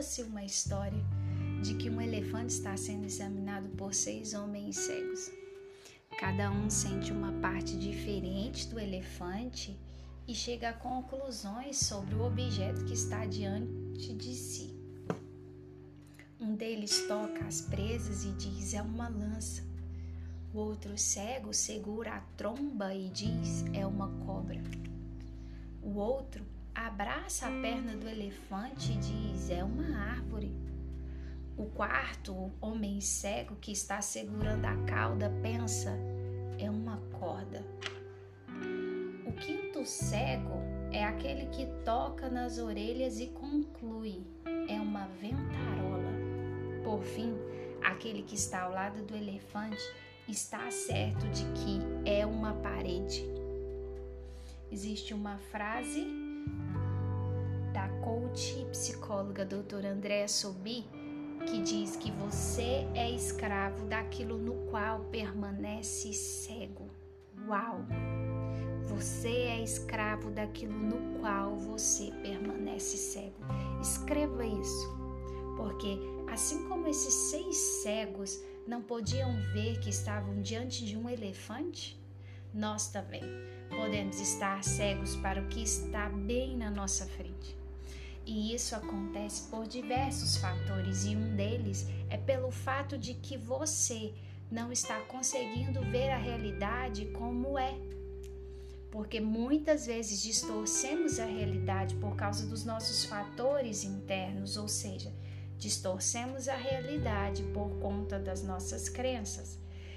Conta-se uma história de que um elefante está sendo examinado por 6 homens cegos. Cada um sente uma parte diferente do elefante e chega a conclusões sobre o objeto que está diante de si. Um deles toca as presas e diz: é uma lança. O outro cego segura a tromba e diz: é uma cobra. O outro abraça a perna do elefante e diz: é uma árvore. O quarto homem cego que está segurando a cauda pensa: é uma corda. O quinto cego é aquele que toca nas orelhas e conclui: é uma ventarola. Por fim, aquele que está ao lado do elefante está certo de que é uma parede. Existe uma frase da coach e psicóloga doutora Andréa Sobhy que diz que você é escravo daquilo no qual permanece cego. Uau! Você é escravo daquilo no qual você permanece cego. Escreva isso, porque assim como esses 6 cegos não podiam ver que estavam diante de um elefante, nós também podemos estar cegos para o que está bem na nossa frente. E isso acontece por diversos fatores, e um deles é pelo fato de que você não está conseguindo ver a realidade como é. Porque muitas vezes distorcemos a realidade por causa dos nossos fatores internos, ou seja, distorcemos a realidade por conta das nossas crenças.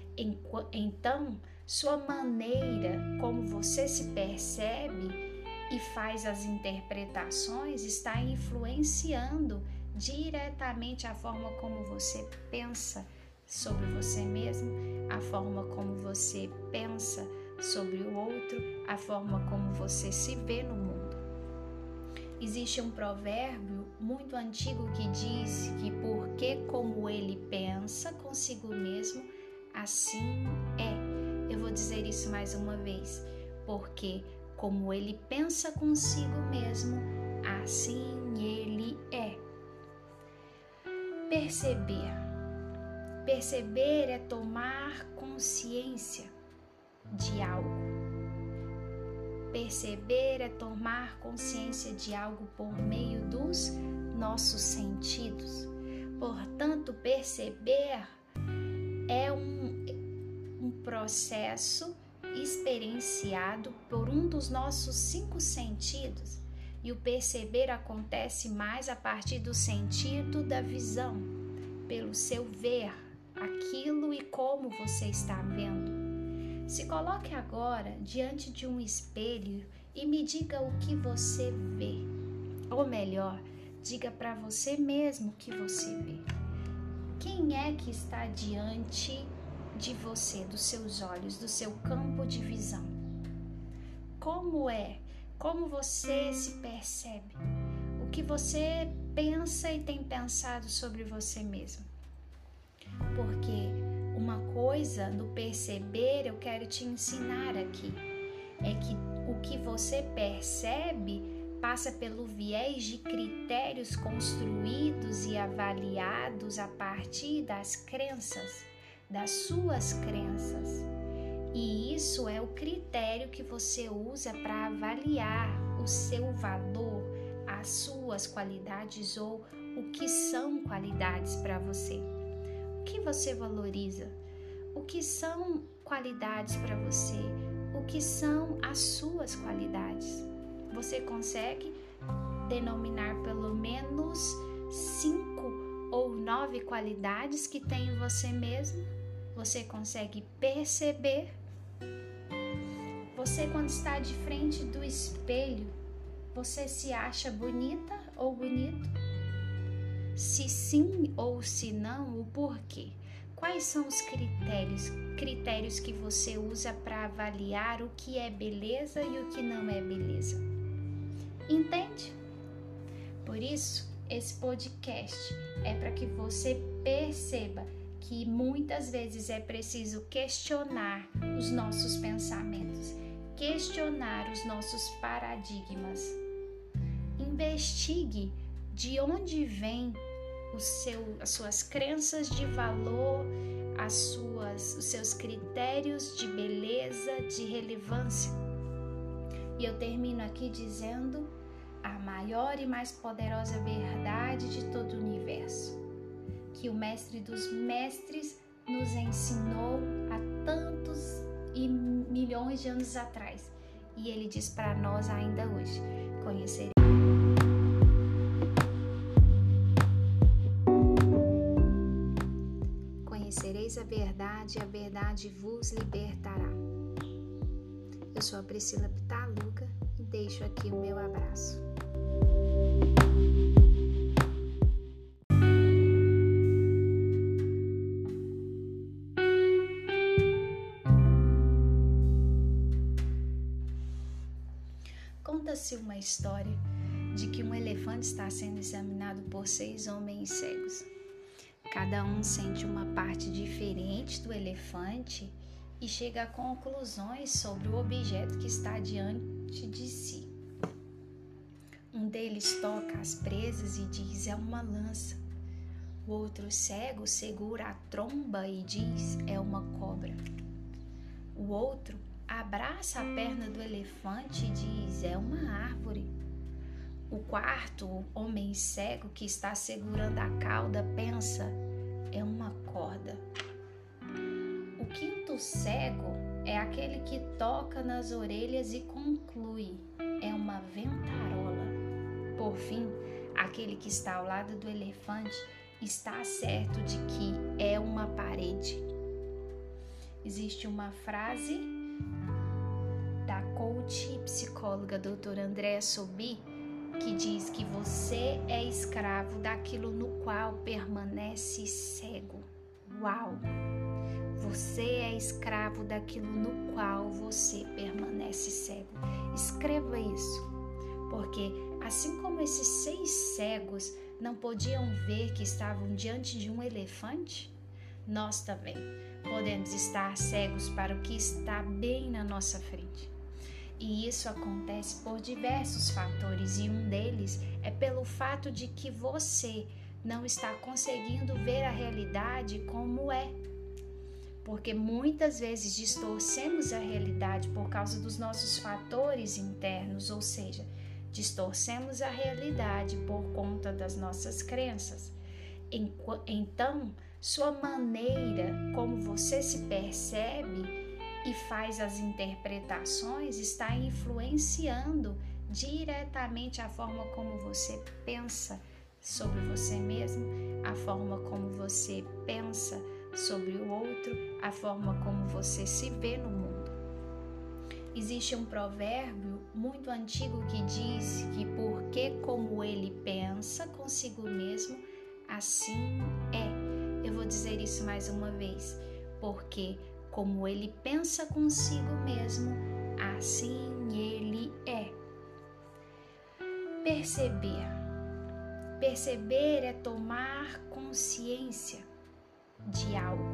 Então, sua maneira como você se percebe e faz as interpretações está influenciando diretamente a forma como você pensa sobre você mesmo, a forma como você pensa sobre o outro, a forma como você se vê no mundo. Existe um provérbio muito antigo que diz que porque como ele pensa consigo mesmo, assim é. Eu vou dizer isso mais uma vez. Porque como ele pensa consigo mesmo, assim ele é. Perceber é tomar consciência de algo. Perceber é tomar consciência de algo por meio dos nossos sentidos. Portanto, perceber é um processo experienciado por um dos nossos 5 sentidos. E o perceber acontece mais a partir do sentido da visão, pelo seu ver aquilo e como você está vendo. Se coloque agora diante de um espelho e me diga o que você vê. Ou melhor, diga para você mesmo o que você vê. Quem é que está diante de você, dos seus olhos, do seu campo de visão? Como é? Como você se percebe? O que você pensa e tem pensado sobre você mesmo? Porque uma coisa no perceber eu quero te ensinar aqui, é que o que você percebe passa pelo viés de critérios construídos e avaliados a partir das crenças, das suas crenças. E isso é o critério que você usa para avaliar o seu valor, as suas qualidades ou o que são qualidades para você. O que você valoriza? O que são qualidades para você? O que são as suas qualidades? Você consegue denominar pelo menos 5 ou 9 qualidades que tem em você mesmo? Você consegue perceber? Você, quando está de frente do espelho, você se acha bonita ou bonito? Se sim ou se não, o porquê? Quais são os critérios que você usa para avaliar o que é beleza e o que não é beleza? Entende? Por isso, esse podcast é para que você perceba que muitas vezes é preciso questionar os nossos pensamentos, questionar os nossos paradigmas. Investigue de onde vem as suas crenças de valor, os seus critérios de beleza, de relevância. E eu termino aqui dizendo a maior e mais poderosa verdade de todo o universo, que o Mestre dos Mestres nos ensinou há tantos e milhões de anos atrás. E ele diz para nós ainda hoje: conhecereis a verdade vos libertará. Eu sou a Priscila Pitaluga e deixo aqui o meu abraço. Conta-se uma história de que um elefante está sendo examinado por 6 homens cegos. Cada um sente uma parte diferente do elefante e chega a conclusões sobre o objeto que está diante de si. Um deles toca as presas e diz: é uma lança. O outro cego segura a tromba e diz: é uma cobra. O outro abraça a perna do elefante e diz: é uma árvore. O quarto homem cego que está segurando a cauda pensa: é uma corda. O quinto cego é aquele que toca nas orelhas e conclui: é uma ventarola. Por fim, aquele que está ao lado do elefante está certo de que é uma parede. Existe uma frase da coach e psicóloga doutora Andréa Sobhy que diz que você é escravo daquilo no qual permanece cego. Uau! Você é escravo daquilo no qual você permanece cego. Escreva isso, porque assim como esses 6 cegos não podiam ver que estavam diante de um elefante, nós também podemos estar cegos para o que está bem na nossa frente. E isso acontece por diversos fatores, e um deles é pelo fato de que você não está conseguindo ver a realidade como é. Porque muitas vezes distorcemos a realidade por causa dos nossos fatores internos, ou seja, distorcemos a realidade por conta das nossas crenças. Então, sua maneira como você se percebe e faz as interpretações está influenciando diretamente a forma como você pensa sobre você mesmo, a forma como você pensa sobre o outro, a forma como você se vê no mundo. Existe um provérbio muito antigo que diz que porque como ele pensa consigo mesmo, assim é. Eu vou dizer isso mais uma vez. Porque como ele pensa consigo mesmo, assim ele é. Perceber é tomar consciência de algo.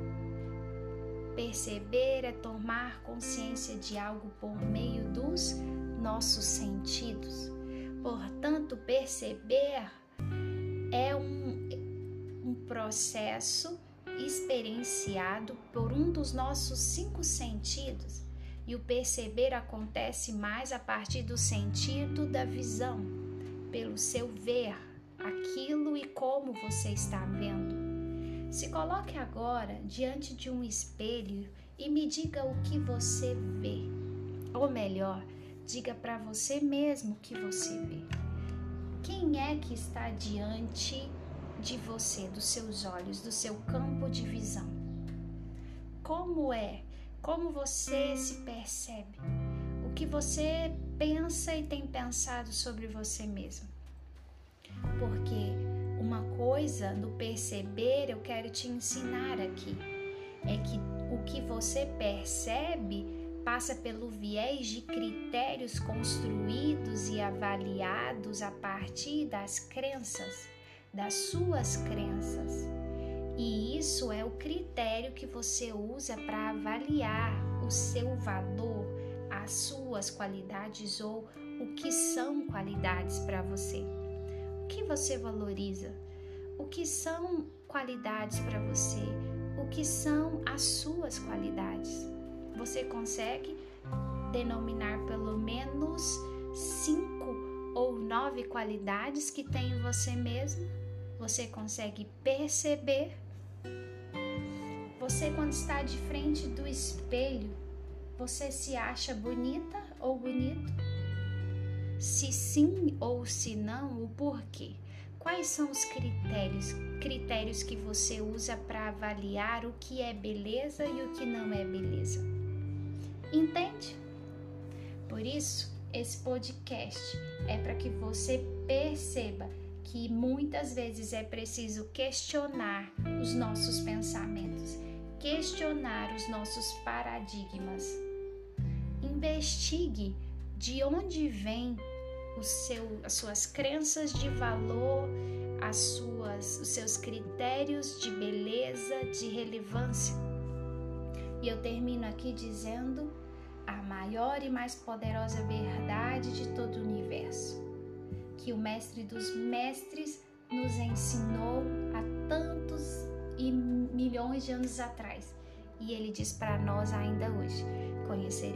Perceber é tomar consciência de algo por meio dos nossos sentidos. Portanto, perceber é um processo experienciado por um dos nossos 5 sentidos. E o perceber acontece mais a partir do sentido da visão, pelo seu ver aquilo e como você está vendo. Se coloque agora diante de um espelho e me diga o que você vê. Ou melhor, diga para você mesmo o que você vê. Quem é que está diante de você, dos seus olhos, do seu campo de visão? Como é? Como você se percebe? O que você pensa e tem pensado sobre você mesmo? Porque uma coisa no perceber eu quero te ensinar aqui, é que o que você percebe passa pelo viés de critérios construídos e avaliados a partir das crenças, das suas crenças. E isso é o critério que você usa para avaliar o seu valor, as suas qualidades ou o que são qualidades para você. O que você valoriza? O que são qualidades para você? O que são as suas qualidades? Você consegue denominar pelo menos 5 ou 9 qualidades que tem em você mesmo? Você consegue perceber? Você, quando está de frente do espelho, você se acha bonita ou bonito? Se sim ou se não, o porquê? Quais são os critérios que você usa para avaliar o que é beleza e o que não é beleza? Entende? Por isso, esse podcast é para que você perceba que muitas vezes é preciso questionar os nossos pensamentos, questionar os nossos paradigmas. Investigue de onde vêm as suas crenças de valor, os seus critérios de beleza, de relevância. E eu termino aqui dizendo a maior e mais poderosa verdade de todo o universo, que o Mestre dos Mestres nos ensinou há tantos e milhões de anos atrás. E ele diz para nós ainda hoje: conhecer